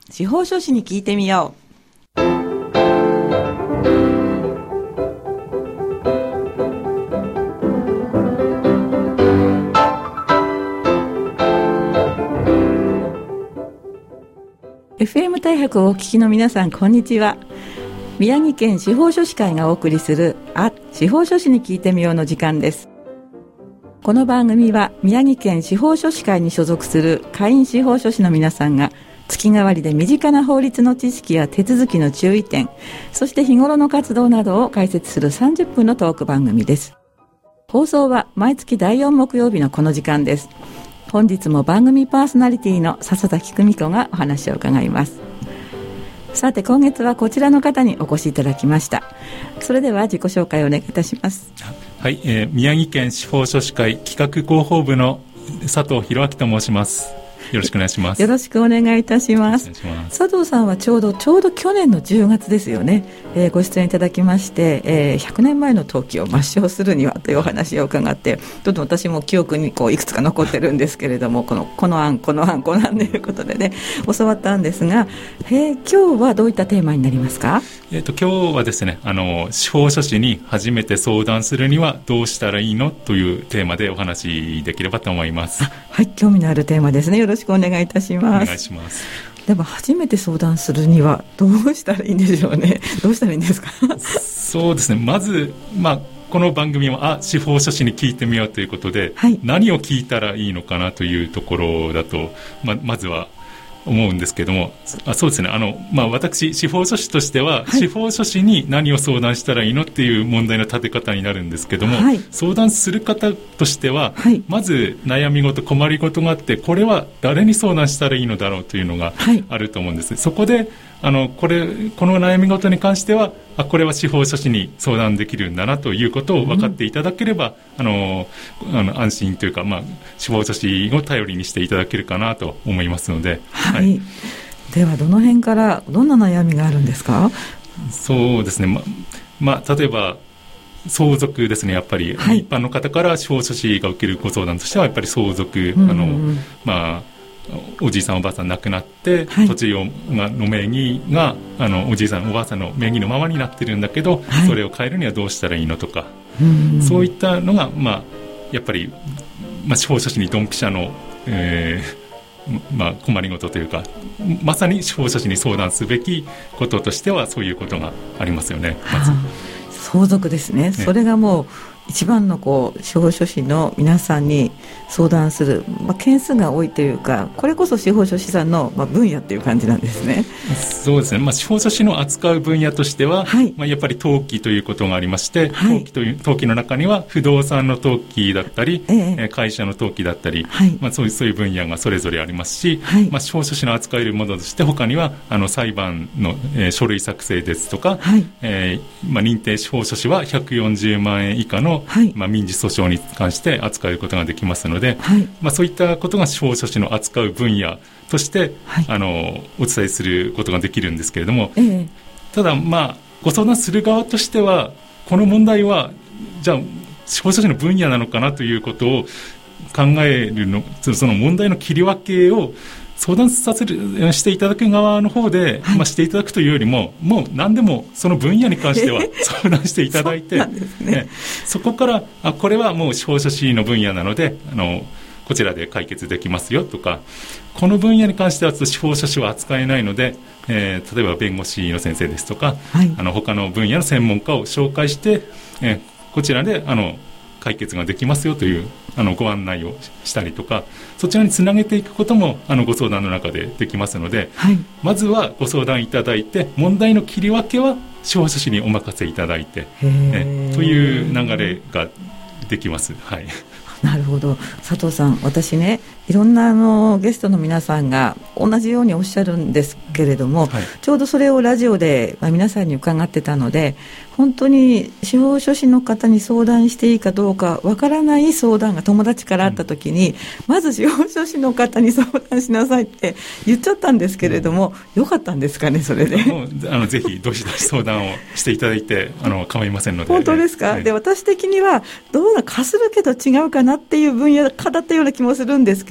司法書士に聞いてみよう。FM 大白をお聞きの皆さん、こんにちは。宮城県司法書士会がお送りする司法書士に聞いてみようの時間です。この番組は宮城県司法書士会に所属する会員司法書士の皆さんが月替わりで身近な法律の知識や手続きの注意点、そして日頃の活動などを解説する30分のトーク番組です。放送は毎月第4木曜日のこの時間です。本日も番組パーソナリティの笹崎久美子がお話を伺います。さて、今月はこちらの方にお越しいただきました。それでは自己紹介をお願いいたします。 はい、宮城県司法書士会企画広報部の佐藤弘明と申します。よろしくお願いします。 よろしくお願いいたします。佐藤さんはちょうど去年の10月ですよね、ご出演いただきまして、100年前の陶器を抹消するにはというお話を伺って、どんどん私も記憶にいくつか残ってるんですけれども、この案ということでね、教わったんですが、今日はどういったテーマになりますか？ 今日はですね、司法書士に初めて相談するにはどうしたらいいのというテーマでお話できればと思います。 はい、興味のあるテーマですね。よろしくお願いいたします。 お願いします。 でも初めて相談するにはどうしたらいいんでしょうね。どうしたらいいんですか？ そうですね、まず、この番組は司法書士に聞いてみようということで、 はい、 何を聞いたらいいのかなというところだと、まずは思うんですけども、そうですね、私司法書士としては、司法書士に何を相談したらいいのっていう問題の立て方になるんですけども、相談する方としては、まず悩み事困り事があって、これは誰に相談したらいいのだろうというのがあると思うんです。そこでこの悩み事に関してはこれは司法書士に相談できるんだなということを分かっていただければ、安心というか、司法書士を頼りにしていただけるかなと思いますので、 ではどの辺からどんな悩みがあるんですか？ そうですね、例えば相続ですね。やっぱり、一般の方から司法書士が受けるご相談としてはやっぱり相続、おじいさんおばあさん亡くなって、土地の名義がおじいさんおばあさんの名義のままになってるんだけど、それを変えるにはどうしたらいいのとか、そういったのが、やっぱり、司法書士にドンピシャの、困りごとというか、まさに司法書士に相談すべきこととしてはそういうことがありますよね。 相続ですね。それがもう一番の司法書士の皆さんに相談する、件数が多いというか、これこそ司法書士さんの分野という感じなんですね。 そうですね、司法書士の扱う分野としては、やっぱり登記ということがありまして、登記の中には不動産の登記だったり、会社の登記だったり、そういう分野がそれぞれありますし、司法書士の扱えるものとして他には裁判の、書類作成ですとか、認定司法書士は140万円以下の民事訴訟に関して扱うことができますので、そういったことが司法書士の扱う分野として、お伝えすることができるんですけれども、ただご相談する側としてはこの問題はじゃあ司法書士の分野なのかなということを考えるの、その問題の切り分けを相談していただく側の方で、していただくというよりも、もう何でもその分野に関しては相談していただいて、そこからこれはもう司法書士の分野なのでこちらで解決できますよとか、この分野に関しては司法書士は扱えないので、例えば弁護士の先生ですとか、他の分野の専門家を紹介して、こちらで解決ができますよというご案内をしたりとか、そちらにつなげていくこともご相談の中でできますので、まずはご相談いただいて、問題の切り分けは司法書士にお任せいただいて、という流れができます。 なるほど。佐藤さん、私ね、いろんなゲストの皆さんが同じようにおっしゃるんですけれども、ちょうどそれをラジオで、皆さんに伺ってたので、本当に司法書士の方に相談していいかどうかわからない相談が友達からあったときに、まず司法書士の方に相談しなさいって言っちゃったんですけれども、よかったんですかね、それで。 ぜひどしどし相談をしていただいて構いませんので。 本当ですか？で、私的にはどうだかするけど違うかなっていう分野だったような気もするんですけ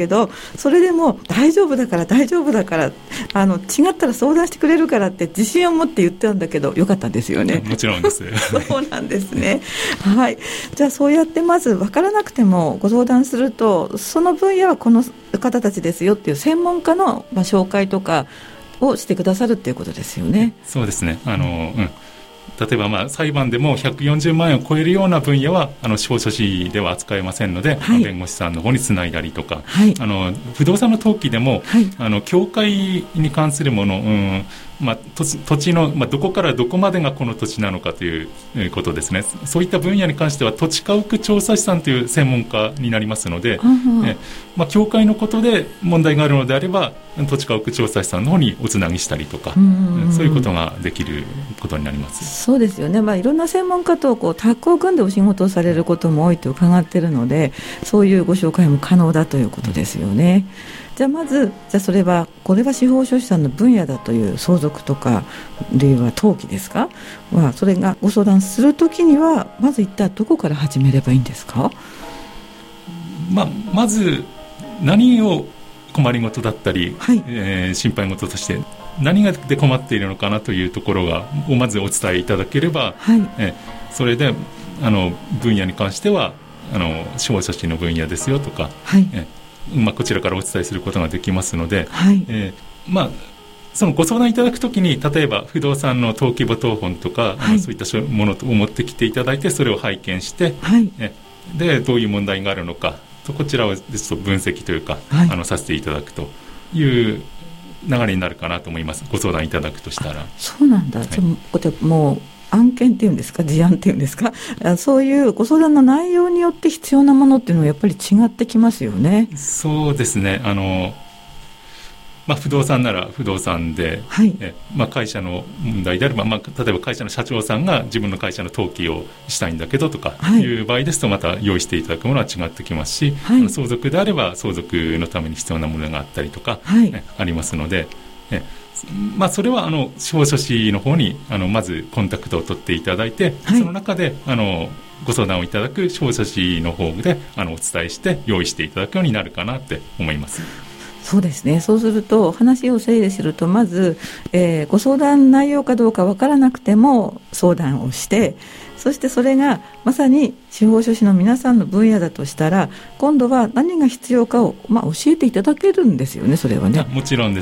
けど、それでも大丈夫だから違ったら相談してくれるからって自信を持って言ってたんだけど、よかったんですよね。 もちろんですそうなんですね。はい。じゃあそうやってまず分からなくてもご相談すると、その分野はこの方たちですよっていう専門家の紹介とかをしてくださるっていうことですよね。 そうですね。例えば裁判でも140万円を超えるような分野は司法書士では扱えませんので、はい、弁護士さんの方につないだりとか、はい、不動産の登記でも、はい、境界に関するもの、土地の、どこからどこまでがこの土地なのかということですね。そういった分野に関しては土地家屋調査士さんという専門家になりますので、境界のことで問題があるのであれば土地家屋調査士さんの方におつなぎしたりとか、そういうことができることになります。 そうですよね。いろんな専門家とタッグを組んでお仕事をされることも多いと伺っているので、そういうご紹介も可能だということですよね。じゃあまずこれは司法書士さんの分野だという相続とかあるいは登記ですか、それがご相談するときにはまず一体どこから始めればいいんですか？ まず何を困りごとだったり、はい、心配事として何がで困っているのかなというところをまずお伝えいただければ、はい、それで分野に関しては司法書士の分野ですよとか、はい、こちらからお伝えすることができますので、はい、そのご相談いただくときに例えば不動産の登記簿謄本とか、はい、そういったものを持ってきていただいてそれを拝見して、はい、でどういう問題があるのかとこちらをですと分析というか、はい、させていただくという流れになるかなと思います。ご相談いただくとしたら。 そうなんだ、はい、もう案件っていうんですか、事案っていうんですか、そういうご相談の内容によって必要なものっていうのはやっぱり違ってきますよね。 そうですね。不動産なら不動産で、はい、会社の問題であれば、例えば会社の社長さんが自分の会社の登記をしたいんだけどとかいう場合ですとまた用意していただくものは違ってきますし、はい、相続であれば相続のために必要なものがあったりとか、はい、ありますので、それは司法書士の方にまずコンタクトを取っていただいて、はい、その中でご相談をいただく司法書士の方でお伝えして用意していただくようになるかなって思います。 そうですね。そうすると話を整理するとまず、ご相談内容かどうか分からなくても相談をして、そしてそれがまさに司法書士の皆さんの分野だとしたら今度は何が必要かを、教えていただけるんですよね。それはね。 もちろんです。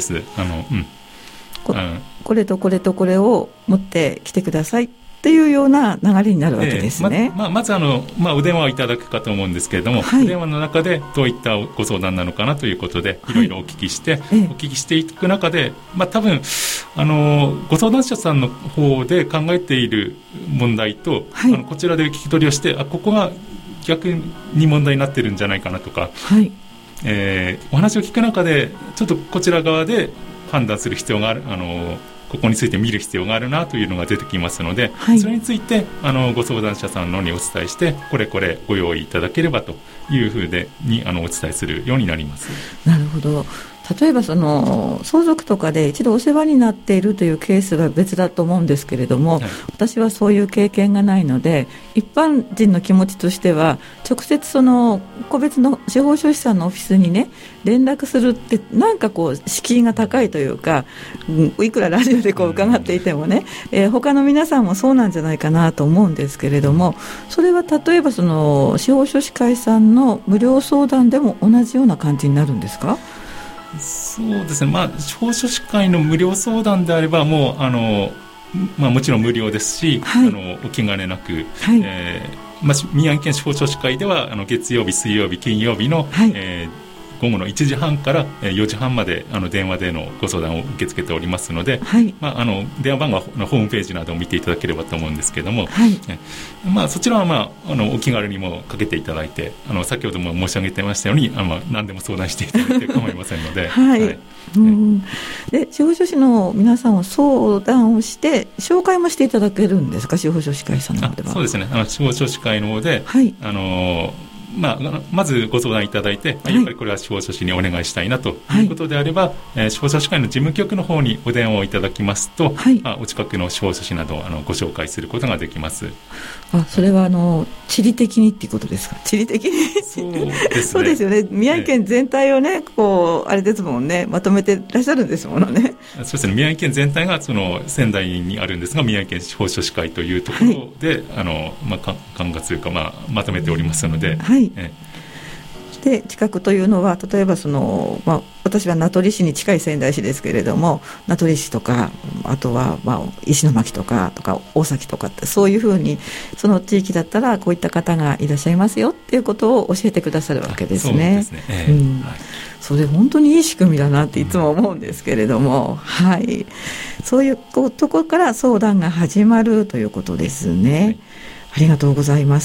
これとこれとこれを持ってきてくださいっていうような流れになるわけですね。 まずお電話をいただくかと思うんですけれども、はい、お電話の中でどういったご相談なのかなということでいろいろお聞きして、はい、お聞きしていく中で、多分ご相談者さんの方で考えている問題と、はい、こちらで聞き取りをしてここが逆に問題になってるんじゃないかなとか、はい、お話を聞く中でちょっとこちら側で判断する必要がある、ここについて見る必要があるなというのが出てきますので、はい、それについてご相談者さんのにお伝えしてこれご用意いただければというふうにお伝えするようになります。 なるほど。例えば相続とかで一度お世話になっているというケースは別だと思うんですけれども、はい、私はそういう経験がないので一般人の気持ちとしては直接個別の司法書士さんのオフィスにね連絡するってなんか敷居が高いというか、いくらラジオで伺っていてもね、他の皆さんもそうなんじゃないかなと思うんですけれども、それは例えば司法書士会さんの無料相談でも同じような感じになるんですか？ そうですね。司法書士会の無料相談であればもうもちろん無料ですし、はい、お気兼ねなく、はい、宮城県司法書士会では月曜日水曜日金曜日の、はい、午後の1時半から4時半まで電話でのご相談を受け付けておりますので、はい、電話番号はホームページなどを見ていただければと思うんですけれども、はい、そちらはお気軽にもかけていただいて先ほども申し上げてましたように何でも相談していただいて構いませんので、はいはい、 で司法書士の皆さんは相談をして紹介もしていただけるんですか？司法書士会さんの方では。 そうですね。司法書士会の方で、はい、 まずご相談いただいて、やっぱりこれは司法書士にお願いしたいなということであれば、司法書士会の事務局の方にお電話をいただきますと、お近くの司法書士などをご紹介することができます。 それは地理的にっていうことですか？地理的にそうですね。 そうですよね。宮城県全体をね、あれですもんね、まとめてらっしゃるんですものね。 そうですね。宮城県全体が仙台にあるんですが、宮城県司法書士会というところで、管轄というか、まとめておりますので、 で近くというのは、例えば私は名取市に近い仙台市ですけれども、名取市とか、あとは石巻とか大崎とかって、そういうふうにその地域だったらこういった方がいらっしゃいますよっていうことを教えてくださるわけですね。そうですね。それ本当にいい仕組みだなっていつも思うんですけれども、そういうところから相談が始まるということですね。ありがとうございます。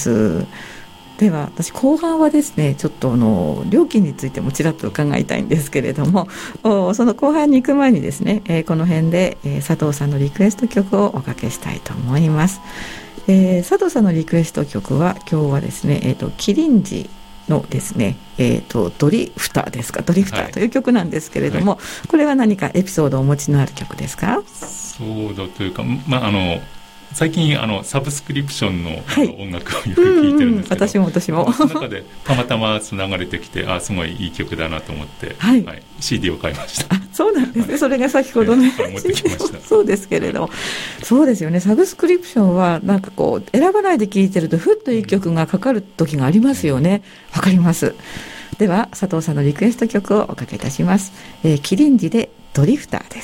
では私後半はですね、ちょっと料金についてもちらっと伺いたいんですけれども、その後半に行く前にですね、この辺で、佐藤さんのリクエスト曲をおかけしたいと思います。佐藤さんのリクエスト曲は今日はですね、キリンジのですね、ドリフターですか、ドリフターという曲なんですけれども、これは何かエピソードをお持ちのある曲ですか？ そうだというか、最近サブスクリプションの、音楽をよく聴いてるんですけど、 私もその中でたまたま流れてきて、すごいいい曲だなと思って、CD を買いました。 そうなんですね。それが先ほどね、 持ってきました。 そうですけれども、そうですよね。サブスクリプションはなんか選ばないで聴いてるとふっといい曲がかかる時がありますよね。わかります。では佐藤さんのリクエスト曲をおかけいたします。キリンジでドリフターです。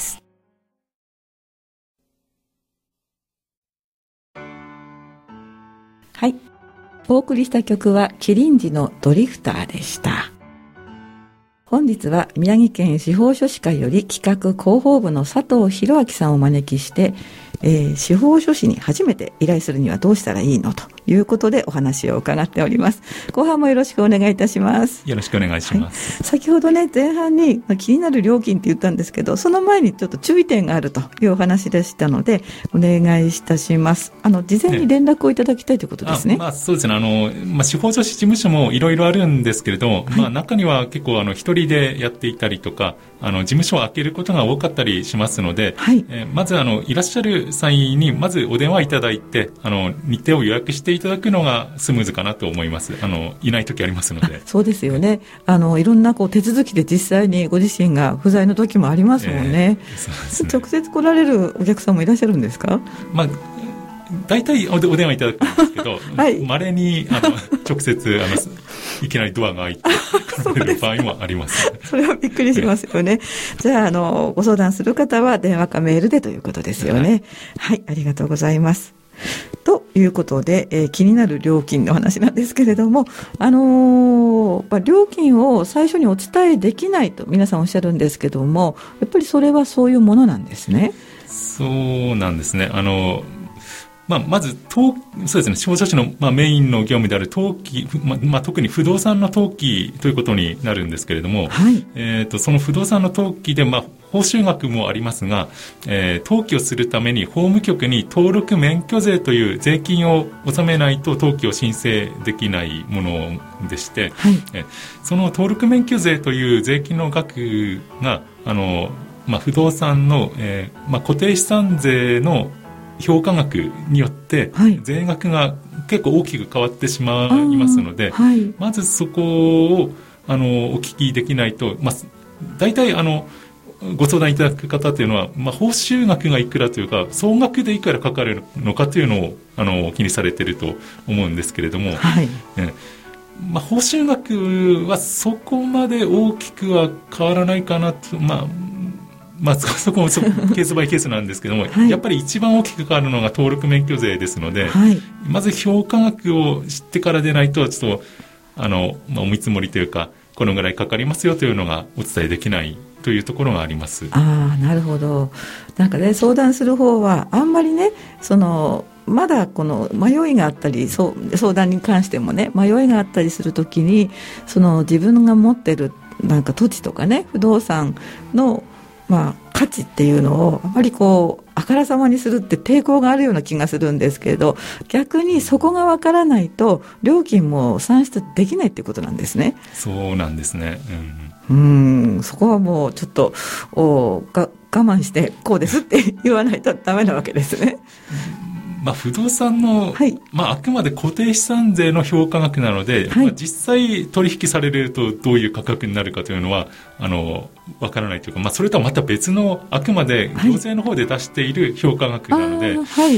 はい、お送りした曲はキリンジのドリフターでした。本日は宮城県司法書士会より企画広報部の佐藤博明さんをお招きして、司法書士に初めて依頼するにはどうしたらいいのということでお話を伺っております。後半もよろしくお願いいたします。 よろしくお願いします。 先ほどね、前半に気になる料金って言ったんですけど、その前にちょっと注意点があるというお話でしたのでお願いいたします。事前に連絡をいただきたいということですね。 そうですね。司法書士事務所もいろいろあるんですけれども、中には結構一人でやっていたりとか、事務所を開けることが多かったりしますので、まずいらっしゃる際にまずお電話いただいて、日程を予約していただくのがスムーズかなと思います。いない時ありますので。 そうですよね。いろんな手続きで実際にご自身が不在の時もありますもんね。そうですね。直接来られるお客さんもいらっしゃるんですか？ 大体お電話いただくんですけど、稀に直接いきなりドアが開いて来られる場合もあります。 それはびっくりしますよね。じゃあご相談する方は電話かメールでということですよね。はい、ありがとうございます。ということで、気になる料金の話なんですけれども、料金を最初にお伝えできないと皆さんおっしゃるんですけども、やっぱりそれはそういうものなんですね。 そうなんですね。まずそうですね、司法書士の、メインの業務である登記、特に不動産の登記ということになるんですけれども、その不動産の登記で、報酬額もありますが、登記をするために法務局に登録免許税という税金を納めないと登記を申請できないものでして、その登録免許税という税金の額が不動産の、固定資産税の評価額によって税額が結構大きく変わってしまいますので、まずそこをお聞きできないと、大体ご相談いただく方というのは、報酬額がいくらというか総額でいくらかかるのかというのを気にされていると思うんですけれども、報酬額はそこまで大きくは変わらないかなと、そこもケースバイケースなんですけども、やっぱり一番大きく変わるのが登録免許税ですので、まず評価額を知ってからでないとちょっとお見積もりというかこのぐらいかかりますよというのがお伝えできないというところがあります。 なるほど。なんかね、相談する方はあんまりね、まだこの迷いがあったり、相談に関してもね、迷いがあったりするときに、自分が持ってるなんか土地とかね、不動産の価値っていうのをあまり明あからさまにするって抵抗があるような気がするんですけれど、逆にそこがわからないと料金も算出できないっていうことなんですね。 そうなんですね。 そこはもうちょっと我慢してこうですって言わないとダメなわけですね。 不動産の、あくまで固定資産税の評価額なので、実際取引されるとどういう価格になるかというのはわからないというか、それとはまた別のあくまで行政の方で出している評価額なので、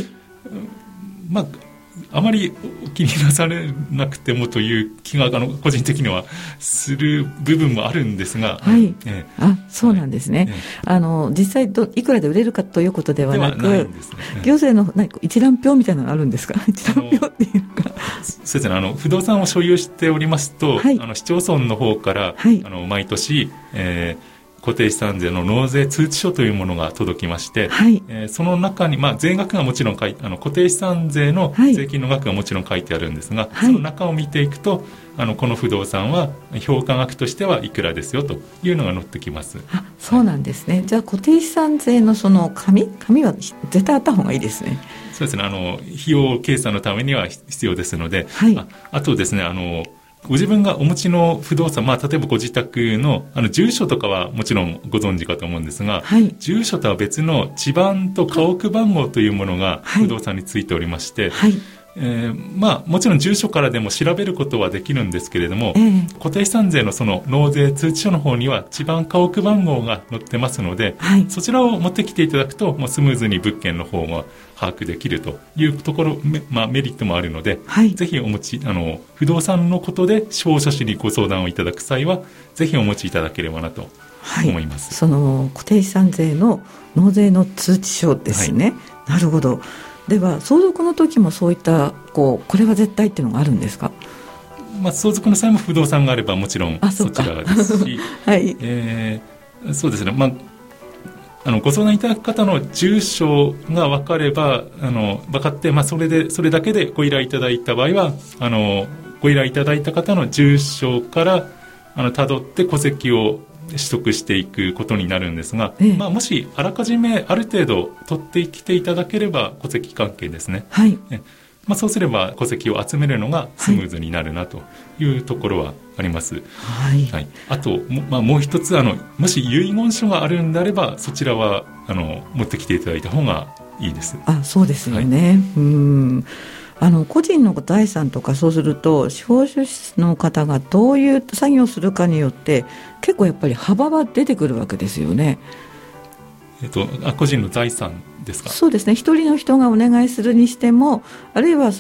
あまりお気になされなくてもという気が個人的にはする部分もあるんですが、 そうなんですね。実際いくらで売れるかということではなく、行政の一覧表みたいなのがあるんですか？一覧表っていうか、 そうですね、不動産を所有しておりますと、市町村の方から、毎年、固定資産税の納税通知書というものが届きまして、その中に、税額がもちろん固定資産税の税金の額がもちろん書いてあるんですが、その中を見ていくとこの不動産は評価額としてはいくらですよというのが載ってきます。 そうなんですね。じゃあ固定資産税のその紙は絶対あった方がいいですね。 そうですね、費用計算のためには必要ですので、あとですね、ご自分がお持ちの不動産、例えばご自宅の住所とかはもちろんご存知かと思うんですが、住所とは別の地番と家屋番号というものが不動産についておりまして、もちろん住所からでも調べることはできるんですけれども、固定資産税のその納税通知書の方には地番家屋番号が載ってますので、そちらを持ってきていただくともうスムーズに物件の方も把握できるというところ、メリットもあるので、ぜひお持ち不動産のことで司法書士にご相談をいただく際はぜひお持ちいただければなと思います。 その固定資産税の納税の通知書ですね。なるほど。では相続の時もそういったこれは絶対っていうのがあるんですか？ 相続の際も不動産があればもちろんそちらですしそうですね、ご相談いただく方の住所が分かれば分かって、それだけでご依頼いただいた場合はご依頼いただいた方の住所から辿って戸籍を取得していくことになるんですが、もしあらかじめある程度取ってきていただければ戸籍関係ですね、そうすれば戸籍を集めるのがスムーズになるなというところはあります。あともう一つもし遺言書があるんであればそちらは持ってきていただいた方がいいです。 そうですよね。個人の財産とかそうすると司法書士の方がどういう作業をするかによって結構やっぱり幅は出てくるわけですよね。 個人の財産ですか？ そうですね。一人の人がお願いするにしても、あるいは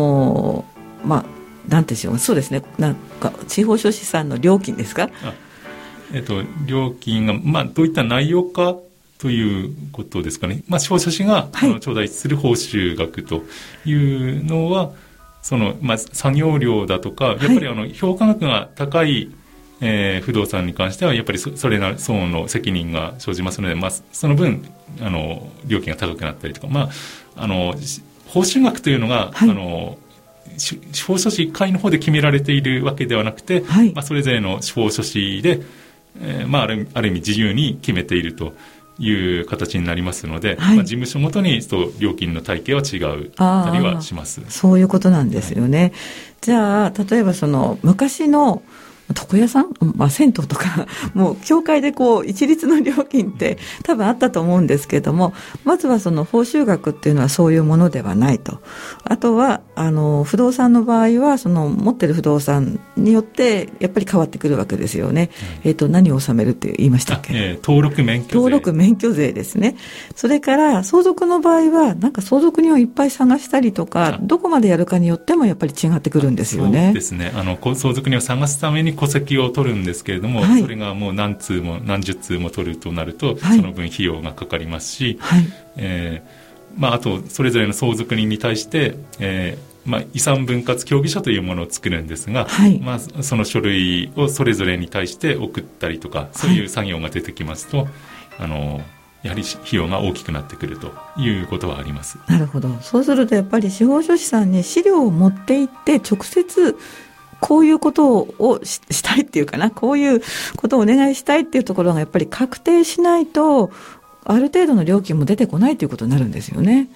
なんていうんでしょう、そうですね、なんか司法書士さんの料金ですか？ 料金が、どういった内容かということですかね。司法書士が、頂戴する報酬額というのは作業料だとか、やっぱり評価額が高い不動産に関してはやっぱりそれなり相応の責任が生じますので、その分料金が高くなったりとか、報酬額というのが、司法書士会の方で決められているわけではなくて、それぞれの司法書士で、ある意味自由に決めているという形になりますので、事務所ごとに料金の体系は違うたりはします。 そういうことなんですよね。じゃあ例えば昔の床屋さん、銭湯とかもう教会で一律の料金って多分あったと思うんですけれども、まずは報酬額っていうのはそういうものではないと。あとは不動産の場合は持ってる不動産によってやっぱり変わってくるわけですよね。何を納めるって言いましたっけ？登録免許税ですね。それから相続の場合はなんか相続人をいっぱい探したりとか、どこまでやるかによってもやっぱり違ってくるんですよね。 そうですね。相続人を探すために戸籍を取るんですけれども、それがもう何通も何十通も取るとなると、その分費用がかかりますし、あとそれぞれの相続人に対して、遺産分割協議書というものを作るんですが、その書類をそれぞれに対して送ったりとか、そういう作業が出てきますと、やはり費用が大きくなってくるということはあります。 なるほど。そうするとやっぱり司法書士さんに資料を持って行って直接こういうことをしたいっていうかな、こういうことをお願いしたいっていうところがやっぱり確定しないとある程度の料金も出てこないということになるんですよね。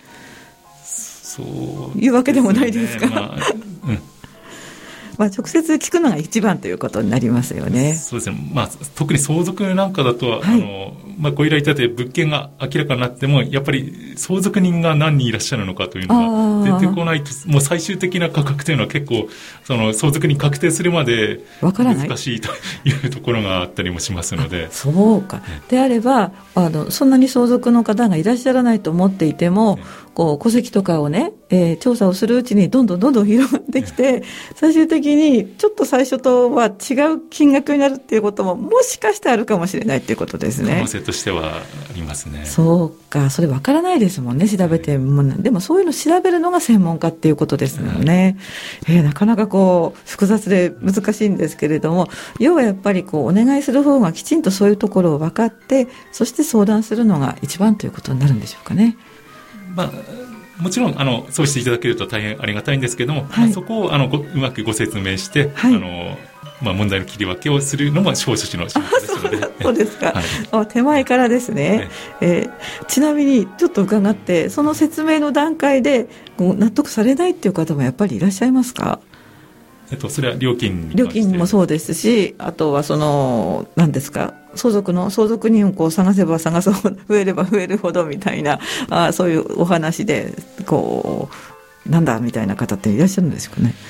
そういうわけでもないですか。直接聞くのが一番ということになりますよね。 そうですね。特に相続なんかだと、ご依頼いただいて物件が明らかになっても、やっぱり相続人が何人いらっしゃるのかというのが出てこないと、もう最終的な価格というのは結構、相続人確定するまで難しいというところがあったりもしますので。 そうか。であれば、そんなに相続の方がいらっしゃらないと思っていても、戸籍とかをね、調査をするうちにどんどん広がってきて、最終的にちょっと最初とは違う金額になるっていうことももしかしてあるかもしれないっていうことですね。 可能性としてはありますね。 そうか、それ分からないですもんね、調べても。でもそういうの調べるのが専門家っていうことですよね。なかなか複雑で難しいんですけれども、要はやっぱりお願いする方がきちんとそういうところを分かって、そして相談するのが一番ということになるんでしょうかね。 もちろんそうしていただけると大変ありがたいんですけども、そこをうまくご説明して、問題の切り分けをするのも司法書士の仕事ですので。 そうですか、手前からですね、ちなみにちょっと伺って、その説明の段階で納得されないっていう方もやっぱりいらっしゃいますか？ それは料金もそうですし、あとは何ですか、相続人を探せば探そう、増えれば増えるほどみたいな、そういうお話でなんだみたいな方っていらっしゃるんですかね。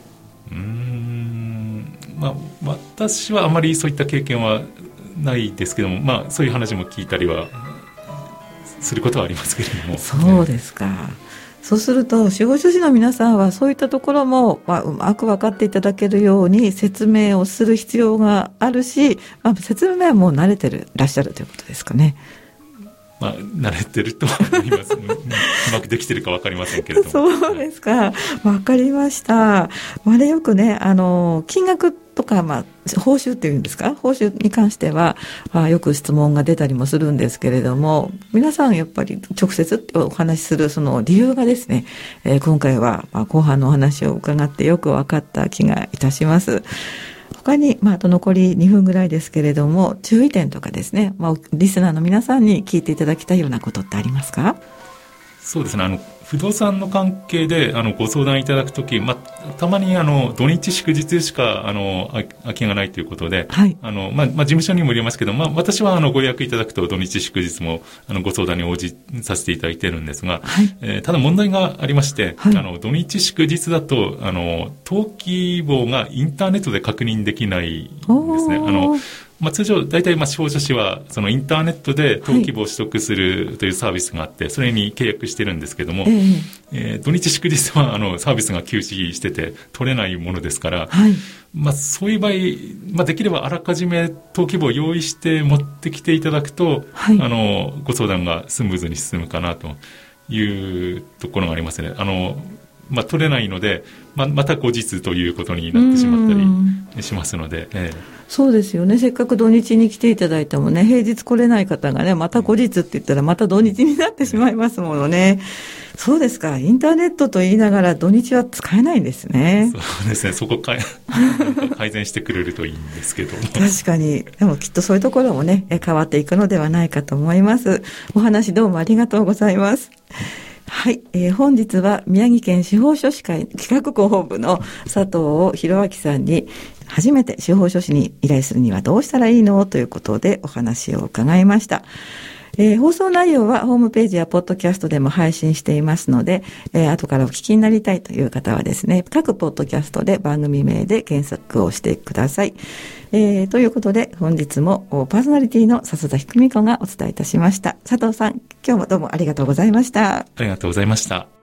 私はあまりそういった経験はないですけども、そういう話も聞いたりはすることはありますけれども。 そうですか。そうすると司法書士の皆さんはそういったところも、うまく分かっていただけるように説明をする必要があるし、説明はもう慣れてらっしゃるということですかね。 慣れてると思います。うまくできてるか分かりませんけれども。 そうですか。分かりました。よくね、金額とか、報酬っていうんですか、報酬に関しては、よく質問が出たりもするんですけれども、皆さんやっぱり直接お話しするその理由がですね、今回は後半のお話を伺ってよく分かった気がいたします。他に、あと残り2分ぐらいですけれども、注意点とかですね、リスナーの皆さんに聞いていただきたいようなことってありますか？ そうですね、不動産の関係でご相談いただくとき、たまに土日祝日しか空きがないということで、事務所にもよりますけど、私はご予約いただくと土日祝日もご相談に応じさせていただいているんですが、ただ問題がありまして、土日祝日だと登記簿がインターネットで確認できないんですね。通常大体司法書士はそのインターネットで登記簿を取得するというサービスがあって、それに契約してるんですけども、土日祝日はサービスが休止してて取れないものですから、そういう場合、できればあらかじめ登記簿を用意して持ってきていただくと、ご相談がスムーズに進むかなというところがありますね。取れないので、また後日ということになってしまったりしますので、 そうですよね。せっかく土日に来ていただいてもね、平日来れない方がね、また後日って言ったらまた土日になってしまいますものね。そうですか。インターネットと言いながら土日は使えないんですね。 そうですね。そこ改善してくれるといいんですけども。 確かに。でもきっとそういうところもね、変わっていくのではないかと思います。お話どうもありがとうございます。はい、本日は宮城県司法書士会企画広報部の佐藤弘明さんに、初めて司法書士に依頼するにはどうしたらいいのということでお話を伺いました。放送内容はホームページやポッドキャストでも配信していますので、後からお聞きになりたいという方はですね、各ポッドキャストで番組名で検索をしてください。ということで本日もパーソナリティの笹田ひくみ子がお伝えいたしました。佐藤さん、今日もどうもありがとうございました。 ありがとうございました。